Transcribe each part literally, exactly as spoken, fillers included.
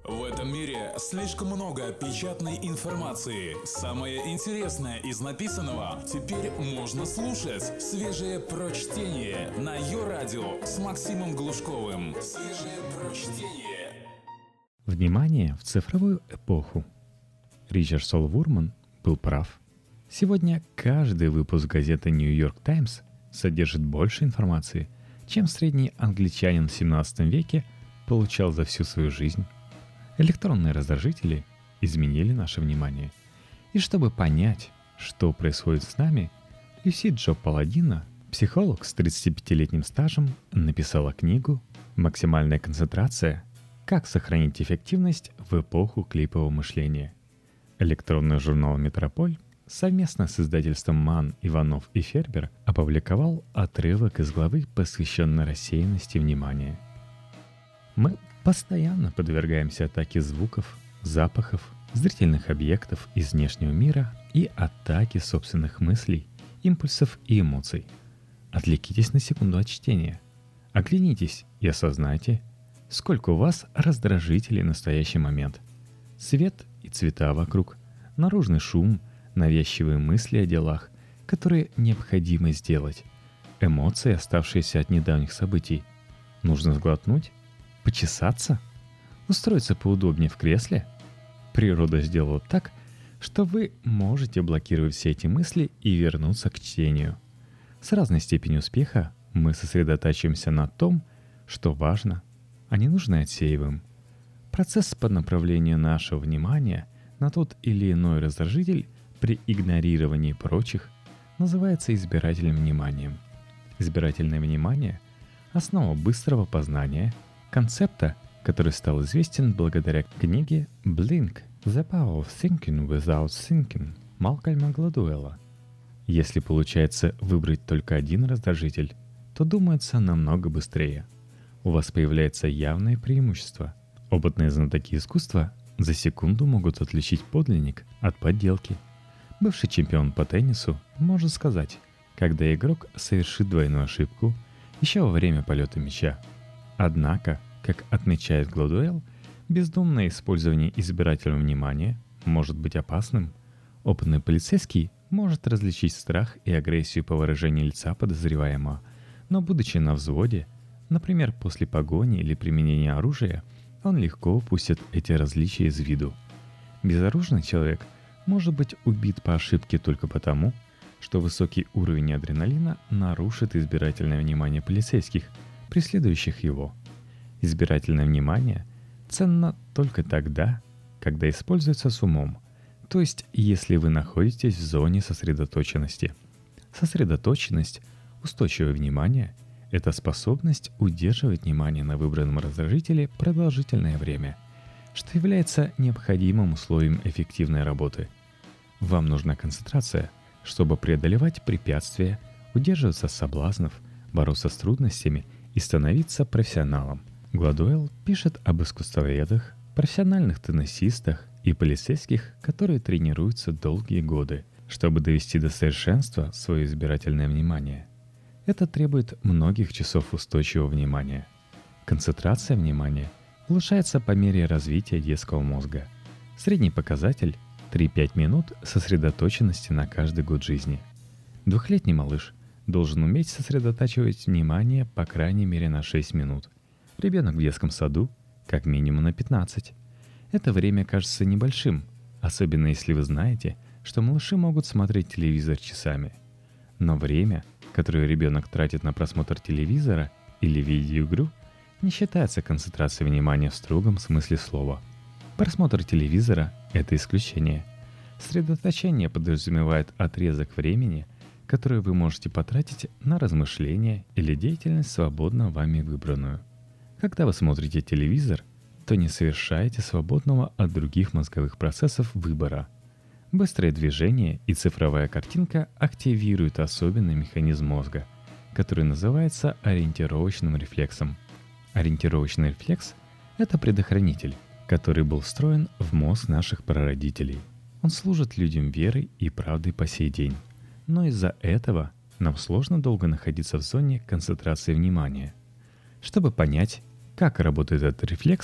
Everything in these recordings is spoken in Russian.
В этом мире слишком много печатной информации. Самое интересное из написанного теперь можно слушать. Свежее прочтение на Йо-Радио с Максимом Глушковым. Свежее прочтение. Внимание в цифровую эпоху. Ричард Солл-Вурман был прав. Сегодня каждый выпуск газеты «Нью-Йорк Таймс» содержит больше информации, чем средний англичанин в семнадцатом веке получал за всю свою жизнь. Электронные раздражители изменили наше внимание. И чтобы понять, что происходит с нами, Люси Джо Паладино, психолог с тридцатипятилетним стажем, написала книгу «Максимальная концентрация. Как сохранить эффективность в эпоху клипового мышления». Электронный журнал «Метрополь» совместно с издательством «Ман, Иванов и Фербер» опубликовал отрывок из главы, посвященной рассеянности внимания. Мы постоянно подвергаемся атаке звуков, запахов, зрительных объектов из внешнего мира и атаке собственных мыслей, импульсов и эмоций. Отвлекитесь на секунду от чтения. Оглянитесь и осознайте, сколько у вас раздражителей в настоящий момент. Свет и цвета вокруг, наружный шум, навязчивые мысли о делах, которые необходимо сделать, эмоции, оставшиеся от недавних событий. Нужно сглотнуть? Почесаться? Устроиться поудобнее в кресле? Природа сделала так, что вы можете блокировать все эти мысли и вернуться к чтению. С разной степенью успеха мы сосредотачиваемся на том, что важно, а не нужно отсеиваем. Процесс по направлению нашего внимания на тот или иной раздражитель при игнорировании прочих называется избирательным вниманием. Избирательное внимание – основа быстрого познания, концепта, который стал известен благодаря книге «Blink – The Power of Thinking Without Thinking» Малкольма Гладуэлла. Если получается выбрать только один раздражитель, то думается намного быстрее. У вас появляется явное преимущество. Опытные знатоки искусства за секунду могут отличить подлинник от подделки. Бывший чемпион по теннису может сказать, когда игрок совершит двойную ошибку еще во время полета мяча. Однако, как отмечает Гладуэлл, бездумное использование избирательного внимания может быть опасным. Опытный полицейский может различить страх и агрессию по выражению лица подозреваемого, но будучи на взводе, например, после погони или применения оружия, он легко упустит эти различия из виду. Безоружный человек может быть убит по ошибке только потому, что высокий уровень адреналина нарушит избирательное внимание полицейских, преследующих его. Избирательное внимание ценно только тогда, когда используется с умом, то есть если вы находитесь в зоне сосредоточенности. Сосредоточенность, устойчивое внимание – это способность удерживать внимание на выбранном раздражителе продолжительное время, что является необходимым условием эффективной работы. Вам нужна концентрация, чтобы преодолевать препятствия, удерживаться от соблазнов, бороться с трудностями и становиться профессионалом. Гладуэлл пишет об искусствоведах, профессиональных теннисистах и полицейских, которые тренируются долгие годы, чтобы довести до совершенства свое избирательное внимание. Это требует многих часов устойчивого внимания. Концентрация внимания улучшается по мере развития детского мозга. Средний показатель – три-пять минут сосредоточенности на каждый год жизни. Двухлетний малыш должен уметь сосредотачивать внимание по крайней мере на шесть минут. Ребенок в детском саду – как минимум на пятнадцать. Это время кажется небольшим, особенно если вы знаете, что малыши могут смотреть телевизор часами. Но время, которое ребенок тратит на просмотр телевизора или видеоигру, не считается концентрацией внимания в строгом смысле слова. Просмотр телевизора – это исключение. Сосредоточение подразумевает отрезок времени, который вы можете потратить на размышления или деятельность, свободно вами выбранную. Когда вы смотрите телевизор, то не совершаете свободного от других мозговых процессов выбора. Быстрое движение и цифровая картинка активируют особенный механизм мозга, который называется ориентировочным рефлексом. Ориентировочный рефлекс – это предохранитель, который был встроен в мозг наших прародителей. Он служит людям верой и правдой по сей день. Но из-за этого нам сложно долго находиться в зоне концентрации внимания. Чтобы понять, как работает этот рефлекс,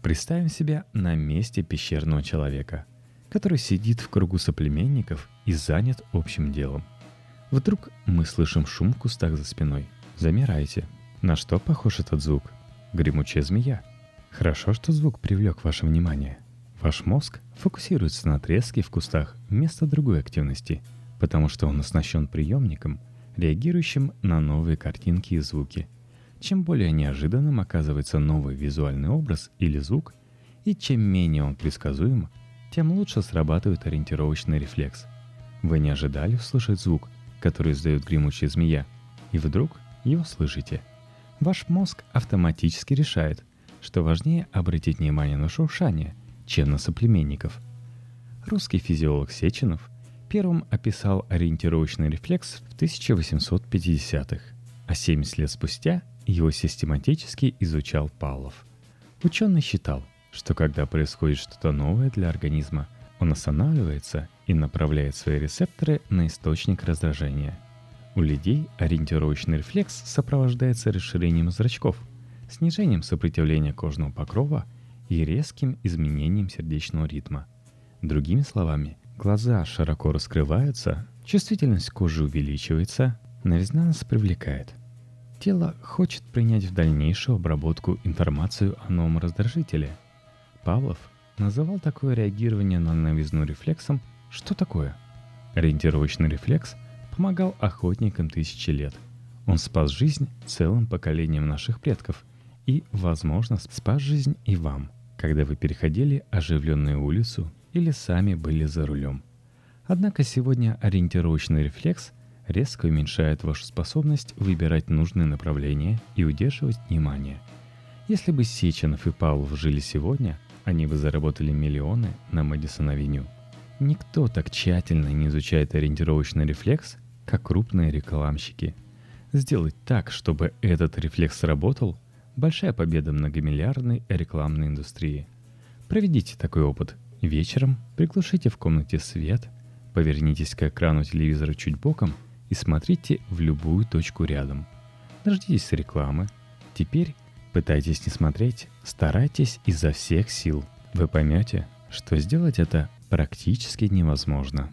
Представим себя на месте пещерного человека, который сидит в кругу соплеменников и занят общим делом. Вдруг мы слышим шум в кустах за спиной. Замирайте. На что похож этот звук? Гремучая змея. Хорошо, что звук привлек ваше внимание. Ваш мозг фокусируется на треске в кустах вместо другой активности, потому что он оснащен приемником, реагирующим на новые картинки и звуки. Чем более неожиданным оказывается новый визуальный образ или звук, и чем менее он предсказуем, тем лучше срабатывает ориентировочный рефлекс. Вы не ожидали услышать звук, который издает гремучая змея, и вдруг его слышите. Ваш мозг автоматически решает, что важнее обратить внимание на шуршание, чем на соплеменников. Русский физиолог Сеченов первым описал ориентировочный рефлекс в тысяча восемьсот пятидесятых, а семьдесят лет спустя его систематически изучал Павлов. Ученый считал, что когда происходит что-то новое для организма, он останавливается и направляет свои рецепторы на источник раздражения. У людей ориентировочный рефлекс сопровождается расширением зрачков, снижением сопротивления кожного покрова и резким изменением сердечного ритма. Другими словами, глаза широко раскрываются, чувствительность кожи увеличивается, новизна нас привлекает. Тело хочет принять в дальнейшую обработку информацию о новом раздражителе. Павлов называл такое реагирование на новизну рефлексом. Что такое? Ориентировочный рефлекс помогал охотникам тысячи лет. Он спас жизнь целым поколениям наших предков и, возможно, спас жизнь и вам, когда вы переходили оживленную улицу или сами были за рулем. Однако сегодня ориентировочный рефлекс резко уменьшает вашу способность выбирать нужные направления и удерживать внимание. Если бы Сеченов и Павлов жили сегодня, они бы заработали миллионы на Мэдисон-авеню. Никто так тщательно не изучает ориентировочный рефлекс, как крупные рекламщики. Сделать так, чтобы этот рефлекс сработал – большая победа многомиллиардной рекламной индустрии. Проведите такой опыт. Вечером приглушите в комнате свет, повернитесь к экрану телевизора чуть боком и смотрите в любую точку рядом. Дождитесь рекламы. Теперь пытайтесь не смотреть, старайтесь изо всех сил. Вы поймете, что сделать это практически невозможно.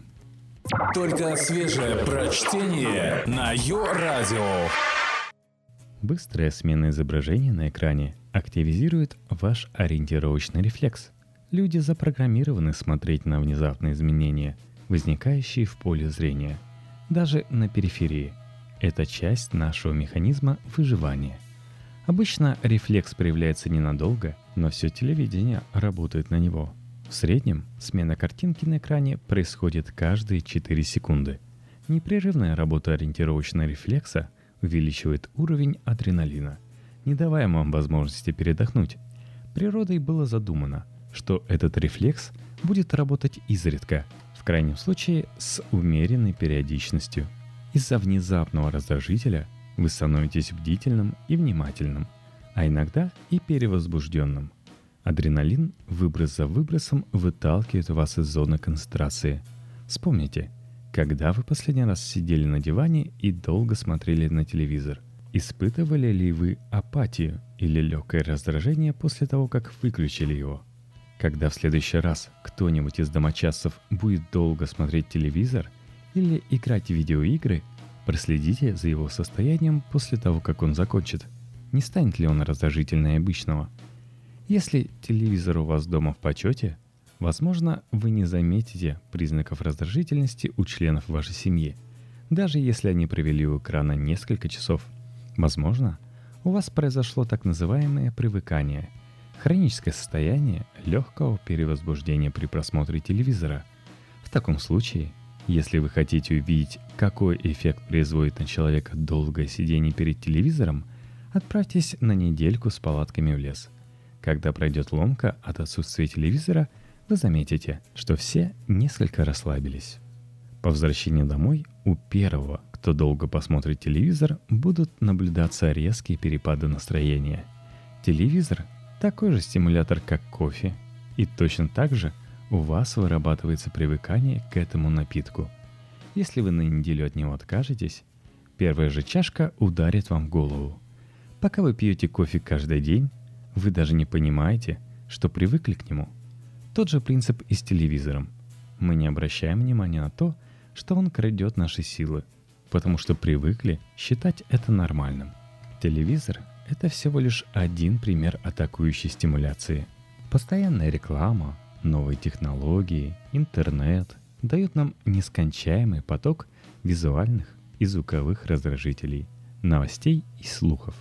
Только свежее прочтение на Йо-Радио. Быстрая смена изображения на экране активизирует ваш ориентировочный рефлекс. Люди запрограммированы смотреть на внезапные изменения, возникающие в поле зрения, даже на периферии. Это часть нашего механизма выживания. Обычно рефлекс проявляется ненадолго, но все телевидение работает на него. В среднем смена картинки на экране происходит каждые четыре секунды. Непрерывная работа ориентировочного рефлекса увеличивает уровень адреналина, не давая вам возможности передохнуть. Природой было задумано, что этот рефлекс будет работать изредка, в крайнем случае с умеренной периодичностью. Из-за внезапного раздражителя вы становитесь бдительным и внимательным, а иногда и перевозбужденным. Адреналин выброс за выбросом выталкивает вас из зоны концентрации. Вспомните, когда вы последний раз сидели на диване и долго смотрели на телевизор. Испытывали ли вы апатию или легкое раздражение после того, как выключили его? Когда в следующий раз кто-нибудь из домочадцев будет долго смотреть телевизор или играть в видеоигры, проследите за его состоянием после того, как он закончит. Не станет ли он раздражительнее обычного? Если телевизор у вас дома в почете, возможно, вы не заметите признаков раздражительности у членов вашей семьи, даже если они провели у экрана несколько часов. Возможно, у вас произошло так называемое привыкание, хроническое состояние легкого перевозбуждения при просмотре телевизора. В таком случае, если вы хотите увидеть, какой эффект производит на человека долгое сидение перед телевизором, отправьтесь на недельку с палатками в лес. Когда пройдет ломка от отсутствия телевизора, вы заметите, что все несколько расслабились. По возвращении домой у первого, кто долго посмотрит телевизор, будут наблюдаться резкие перепады настроения. Телевизор – такой же стимулятор, как кофе, и точно так же у вас вырабатывается привыкание к этому напитку. Если вы на неделю от него откажетесь, первая же чашка ударит вам в голову. Пока вы пьете кофе каждый день, вы даже не понимаете, что привыкли к нему. Тот же принцип и с телевизором. Мы не обращаем внимания на то, что он крадет наши силы, потому что привыкли считать это нормальным. Телевизор – это всего лишь один пример атакующей стимуляции. Постоянная реклама, новые технологии, интернет дают нам нескончаемый поток визуальных и звуковых раздражителей, новостей и слухов.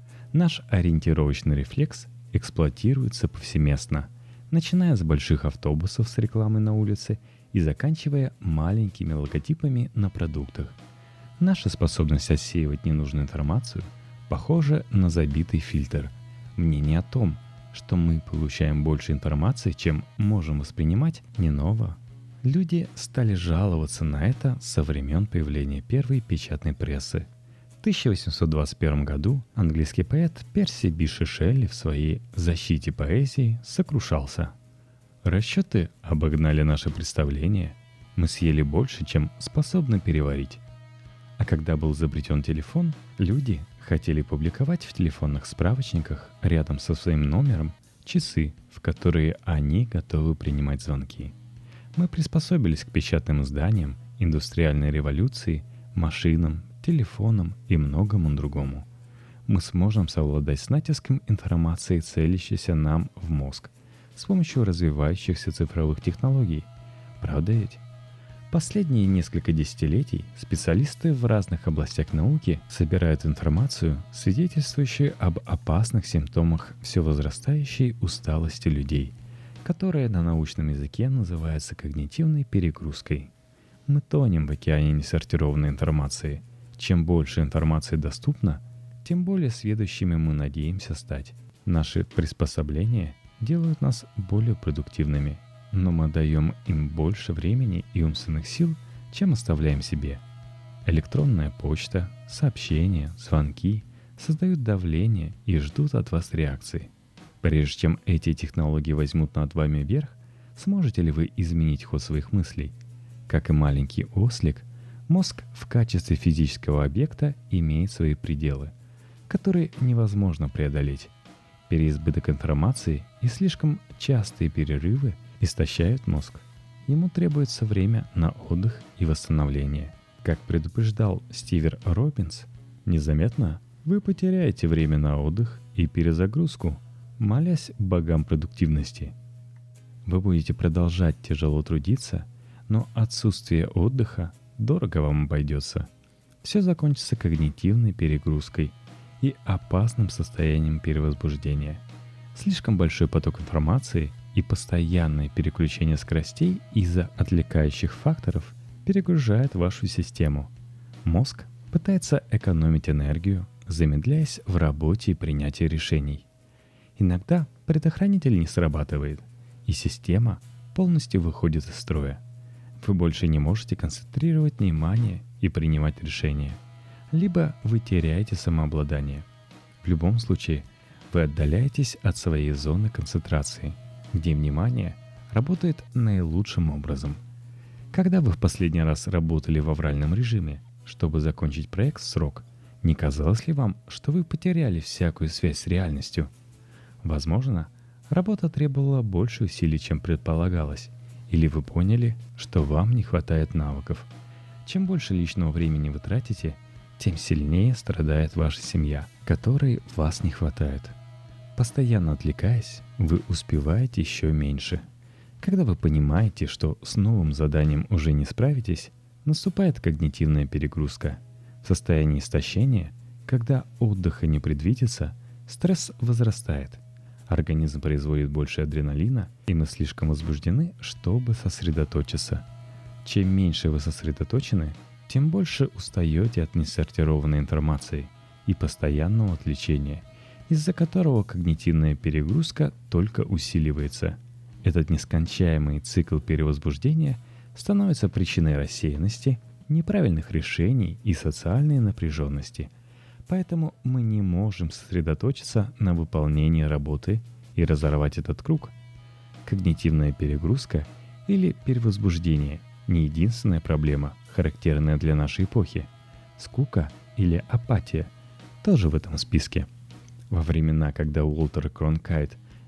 Наш ориентировочный рефлекс эксплуатируется повсеместно, начиная с больших автобусов с рекламой на улице и заканчивая маленькими логотипами на продуктах. Наша способность отсеивать ненужную информацию похожа на забитый фильтр. Мнение о том, что мы получаем больше информации, чем можем воспринимать, не ново. Люди стали жаловаться на это со времен появления первой печатной прессы. В тысяча восемьсот двадцать первом году английский поэт Перси Bysshe Шелли в своей «Защите поэзии» сокрушался. Расчеты обогнали наши представления. Мы съели больше, чем способны переварить. А когда был изобретен телефон, люди хотели публиковать в телефонных справочниках рядом со своим номером часы, в которые они готовы принимать звонки. Мы приспособились к печатным изданиям, индустриальной революции, машинам, телефонам и многому другому. Мы сможем совладать с натиском информации, целящейся нам в мозг, с помощью развивающихся цифровых технологий. Правда ведь? Последние несколько десятилетий специалисты в разных областях науки собирают информацию, свидетельствующую об опасных симптомах все возрастающей усталости людей, которая на научном языке называется когнитивной перегрузкой. Мы тонем в океане несортированной информации. Чем больше информации доступно, тем более сведущими мы надеемся стать. Наши приспособления делают нас более продуктивными, но мы даем им больше времени и умственных сил, чем оставляем себе. Электронная почта, сообщения, звонки создают давление и ждут от вас реакции. Прежде чем эти технологии возьмут над вами верх, сможете ли вы изменить ход своих мыслей? Как и маленький ослик, мозг в качестве физического объекта имеет свои пределы, которые невозможно преодолеть. Переизбыток информации и слишком частые перерывы истощают мозг. Ему требуется время на отдых и восстановление. Как предупреждал Стивен Робинс, незаметно вы потеряете время на отдых и перезагрузку, молясь богам продуктивности. Вы будете продолжать тяжело трудиться, но отсутствие отдыха дорого вам обойдется. Все закончится когнитивной перегрузкой и опасным состоянием перевозбуждения. Слишком большой поток информации и постоянное переключение скоростей из-за отвлекающих факторов перегружает вашу систему. Мозг пытается экономить энергию, замедляясь в работе и принятии решений. Иногда предохранитель не срабатывает, и система полностью выходит из строя. Вы больше не можете концентрировать внимание и принимать решения. Либо вы теряете самообладание. В любом случае, вы отдаляетесь от своей зоны концентрации, где внимание работает наилучшим образом. Когда вы в последний раз работали в авральном режиме, чтобы закончить проект в срок, не казалось ли вам, что вы потеряли всякую связь с реальностью? Возможно, работа требовала больше усилий, чем предполагалось, или вы поняли, что вам не хватает навыков. Чем больше личного времени вы тратите, тем сильнее страдает ваша семья, которой вас не хватает. Постоянно отвлекаясь, вы успеваете еще меньше. Когда вы понимаете, что с новым заданием уже не справитесь, наступает когнитивная перегрузка. В состоянии истощения, когда отдыха не предвидится, стресс возрастает. Организм производит больше адреналина, и мы слишком возбуждены, чтобы сосредоточиться. Чем меньше вы сосредоточены, тем больше устаете от несортированной информации и постоянного отвлечения, из-за которого когнитивная перегрузка только усиливается. Этот нескончаемый цикл перевозбуждения становится причиной рассеянности, неправильных решений и социальной напряженности. Поэтому мы не можем сосредоточиться на выполнении работы и разорвать этот круг. Когнитивная перегрузка или перевозбуждение – не единственная проблема, характерная для нашей эпохи. Скука или апатия тоже в этом списке. Во времена, когда Уолтер Кронкайт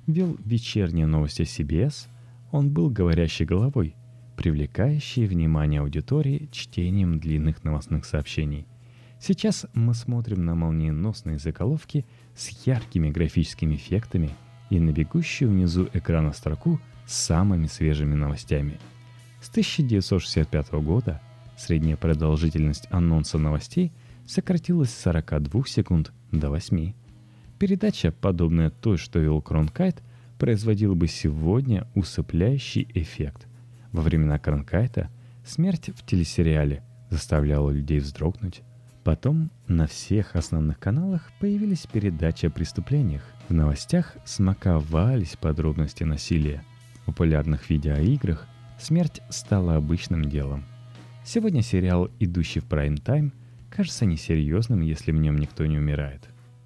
вел вечерние новости си би эс, он был говорящей головой, привлекающей внимание аудитории чтением длинных новостных сообщений. Сейчас мы смотрим на молниеносные заголовки с яркими графическими эффектами и на бегущую внизу экрана строку с самыми свежими новостями. С тысяча девятьсот шестьдесят пятого года средняя продолжительность анонса новостей сократилась с сорока двух секунд до восьми. Передача, подобная той, что вел Кронкайт, производила бы сегодня усыпляющий эффект. Во времена Кронкайта смерть в телесериале заставляла людей вздрогнуть. Потом на всех основных каналах появились передачи о преступлениях. В новостях смаковались подробности насилия. В популярных видеоиграх смерть стала обычным делом. Сегодня сериал, идущий в прайм-тайм, кажется несерьезным, если в нем никто не умирает.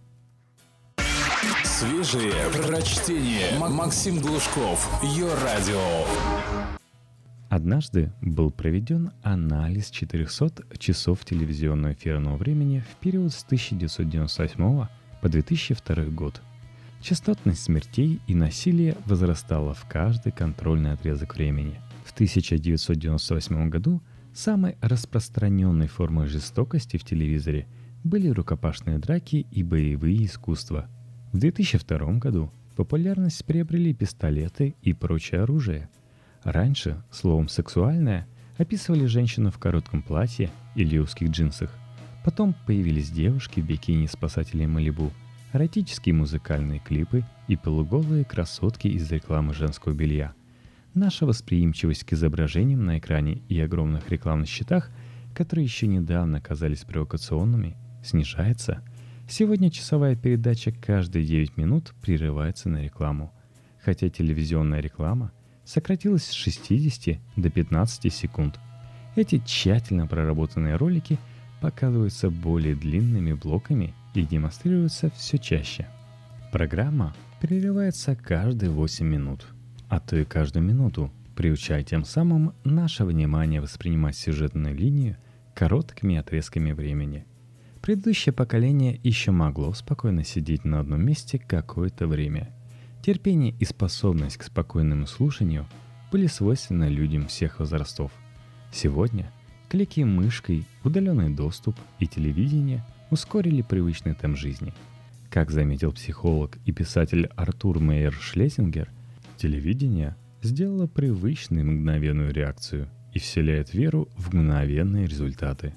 Свежие прочтение. Максим Глушков. Йо-радио. Однажды был проведен анализ четырехсот часов телевизионного эфирного времени в период с тысяча девятьсот девяносто восьмого по две тысячи второй год. Частотность смертей и насилия возрастала в каждый контрольный отрезок времени. В тысяча девятьсот девяносто восьмом году самой распространенной формой жестокости в телевизоре были рукопашные драки и боевые искусства. В две тысячи втором году популярность приобрели пистолеты и прочее оружие. Раньше словом «сексуальная» описывали женщину в коротком платье или узких джинсах. Потом появились девушки в бикини спасателей Малибу, эротические музыкальные клипы и полуголые красотки из рекламы женского белья. Наша восприимчивость к изображениям на экране и огромных рекламных щитах, которые еще недавно казались провокационными, снижается. Сегодня часовая передача каждые девять минут прерывается на рекламу, хотя телевизионная реклама сократилась с шестидесяти до пятнадцати секунд. Эти тщательно проработанные ролики показываются более длинными блоками и демонстрируются все чаще. Программа прерывается каждые восемь минут, а то и каждую минуту, приучая тем самым наше внимание воспринимать сюжетную линию короткими отрезками времени. Предыдущее поколение еще могло спокойно сидеть на одном месте какое-то время. Терпение и способность к спокойному слушанию были свойственны людям всех возрастов. Сегодня клики мышкой, удаленный доступ и телевидение ускорили привычный темп жизни. Как заметил психолог и писатель Артур Мейер Шлессингер, телевидение сделало привычной мгновенную реакцию и вселяет веру в мгновенные результаты.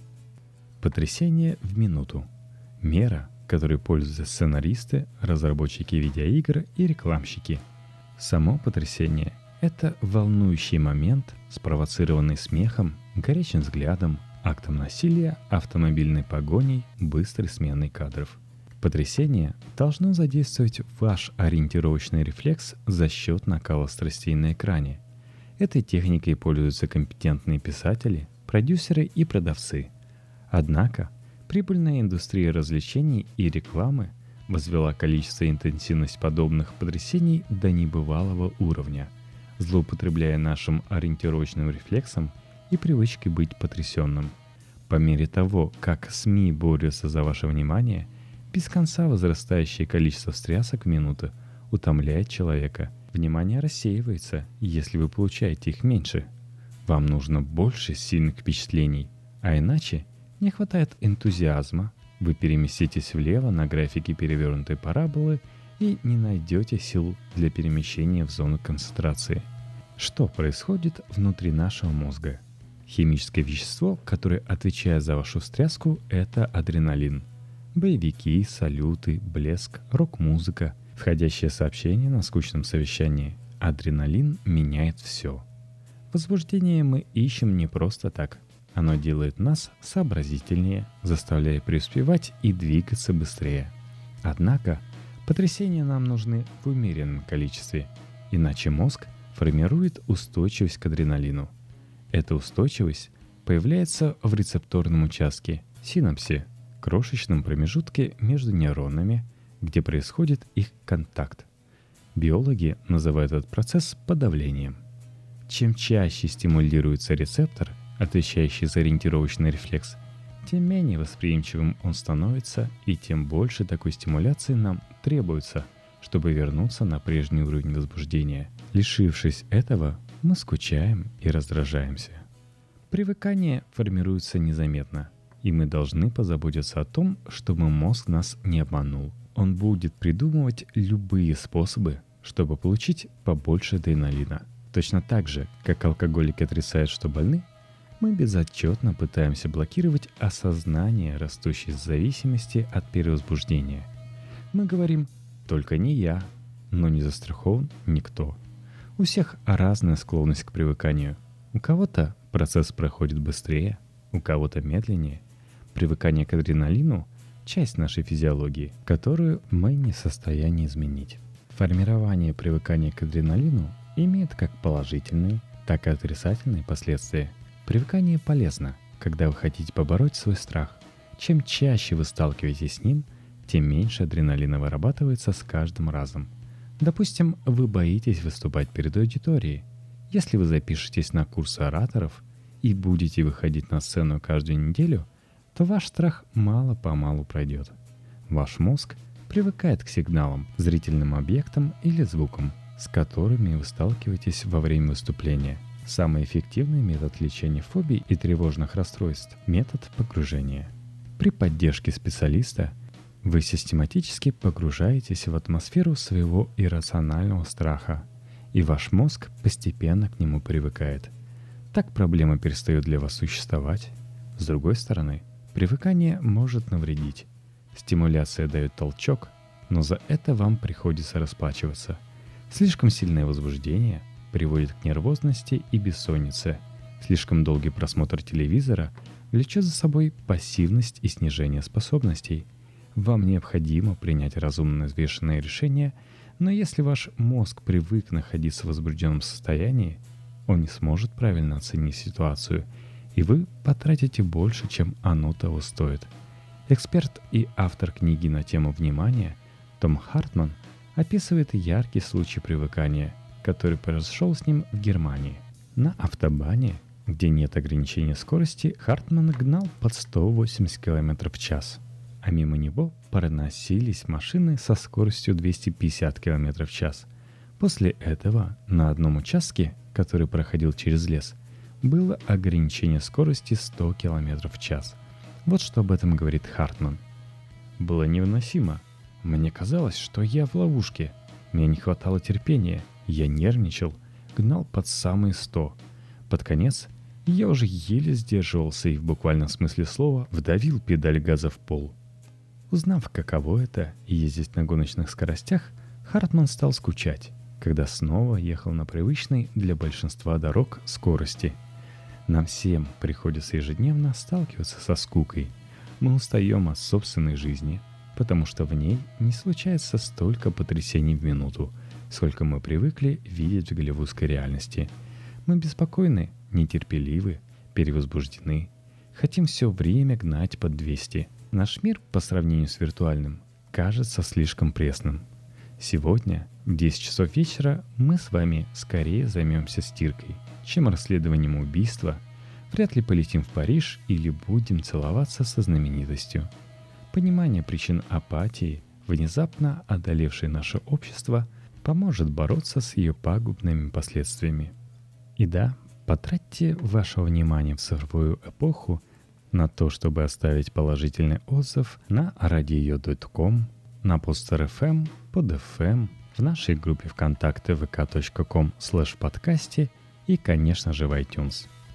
Потрясение в минуту. Мера, которой пользуются сценаристы, разработчики видеоигр и рекламщики. Само потрясение – это волнующий момент, спровоцированный смехом, горячим взглядом, актом насилия, автомобильной погоней, быстрой сменой кадров. Потрясение должно задействовать ваш ориентировочный рефлекс за счет накала страстей на экране. Этой техникой пользуются компетентные писатели, продюсеры и продавцы. Однако, прибыльная индустрия развлечений и рекламы возвела количество и интенсивность подобных потрясений до небывалого уровня, злоупотребляя нашим ориентировочным рефлексом и привычкой быть потрясенным. По мере того, как СМИ борются за ваше внимание, без конца возрастающее количество встрясок в минуту утомляет человека. Внимание рассеивается, если вы получаете их меньше. Вам нужно больше сильных впечатлений, а иначе не хватает энтузиазма, вы переместитесь влево на графике перевернутой параболы и не найдете сил для перемещения в зону концентрации. Что происходит внутри нашего мозга? Химическое вещество, которое отвечает за вашу встряску, это адреналин. Боевики, салюты, блеск, рок-музыка, входящее сообщение на скучном совещании. Адреналин меняет все. Возбуждение мы ищем не просто так. Оно делает нас сообразительнее, заставляя преуспевать и двигаться быстрее. Однако, потрясения нам нужны в умеренном количестве, иначе мозг формирует устойчивость к адреналину. Эта устойчивость появляется в рецепторном участке, синапсе, крошечном промежутке между нейронами, где происходит их контакт. Биологи называют этот процесс подавлением. Чем чаще стимулируется рецептор, отвечающий за ориентировочный рефлекс, тем менее восприимчивым он становится, и тем больше такой стимуляции нам требуется, чтобы вернуться на прежний уровень возбуждения. Лишившись этого, мы скучаем и раздражаемся. Привыкание формируется незаметно, и мы должны позаботиться о том, чтобы мозг нас не обманул. Он будет придумывать любые способы, чтобы получить побольше адреналина. Точно так же, как алкоголики отрицают, что больны, мы безотчетно пытаемся блокировать осознание растущей зависимости от перевозбуждения. Мы говорим «только не я», но не застрахован никто. У всех разная склонность к привыканию. У кого-то процесс проходит быстрее, у кого-то медленнее. Привыкание к адреналину – часть нашей физиологии, которую мы не в состоянии изменить. Формирование привыкания к адреналину имеет как положительные, так и отрицательные последствия. Привыкание полезно, когда вы хотите побороть свой страх. Чем чаще вы сталкиваетесь с ним, тем меньше адреналина вырабатывается с каждым разом. Допустим, вы боитесь выступать перед аудиторией. Если вы запишетесь на курсы ораторов и будете выходить на сцену каждую неделю, то ваш страх мало-помалу пройдет. Ваш мозг привыкает к сигналам, зрительным объектам или звукам, с которыми вы сталкиваетесь во время выступления. Самый эффективный метод лечения фобий и тревожных расстройств – метод погружения. При поддержке специалиста вы систематически погружаетесь в атмосферу своего иррационального страха, и ваш мозг постепенно к нему привыкает. Так проблема перестает для вас существовать. С другой стороны, привыкание может навредить. Стимуляция дает толчок, но за это вам приходится расплачиваться. Слишком сильное возбуждение приводит к нервозности и бессоннице. Слишком долгий просмотр телевизора влечет за собой пассивность и снижение способностей. Вам необходимо принять разумное взвешенное решение, но если ваш мозг привык находиться в возбужденном состоянии, он не сможет правильно оценить ситуацию, и вы потратите больше, чем оно того стоит. Эксперт и автор книги на тему внимания Том Хартман описывает яркий случай привыкания, который произошел с ним в Германии. На автобане, где нет ограничения скорости, Хартман гнал под сто восемьдесят километров в час, а мимо него проносились машины со скоростью двести пятьдесят километров в час. После этого на одном участке, который проходил через лес, было ограничение скорости сто километров в час. Вот что об этом говорит Хартман. «Было невыносимо. Мне казалось, что я в ловушке. Мне не хватало терпения. Я нервничал, гнал под самые сто. Под конец я уже еле сдерживался и в буквальном смысле слова вдавил педаль газа в пол». Узнав, каково это — ездить на гоночных скоростях, Хартман стал скучать, когда снова ехал на привычной для большинства дорог скорости. Нам всем приходится ежедневно сталкиваться со скукой. Мы устаем от собственной жизни, потому что в ней не случается столько потрясений в минуту, сколько мы привыкли видеть в голливудской реальности. Мы беспокойны, нетерпеливы, перевозбуждены, хотим все время гнать под двести. Наш мир, по сравнению с виртуальным, кажется слишком пресным. Сегодня, в десять часов вечера, мы с вами скорее займемся стиркой, чем расследованием убийства, вряд ли полетим в Париж или будем целоваться со знаменитостью. Понимание причин апатии, внезапно одолевшей наше общество, поможет бороться с ее пагубными последствиями. И да, потратьте ваше внимание в цифровую эпоху на то, чтобы оставить положительный отзыв на радио точка ком, на Podster точка эф эм, под эф эм, в нашей группе ВКонтакте вэ ка точка ком слэш подкасте и, конечно же, в iTunes.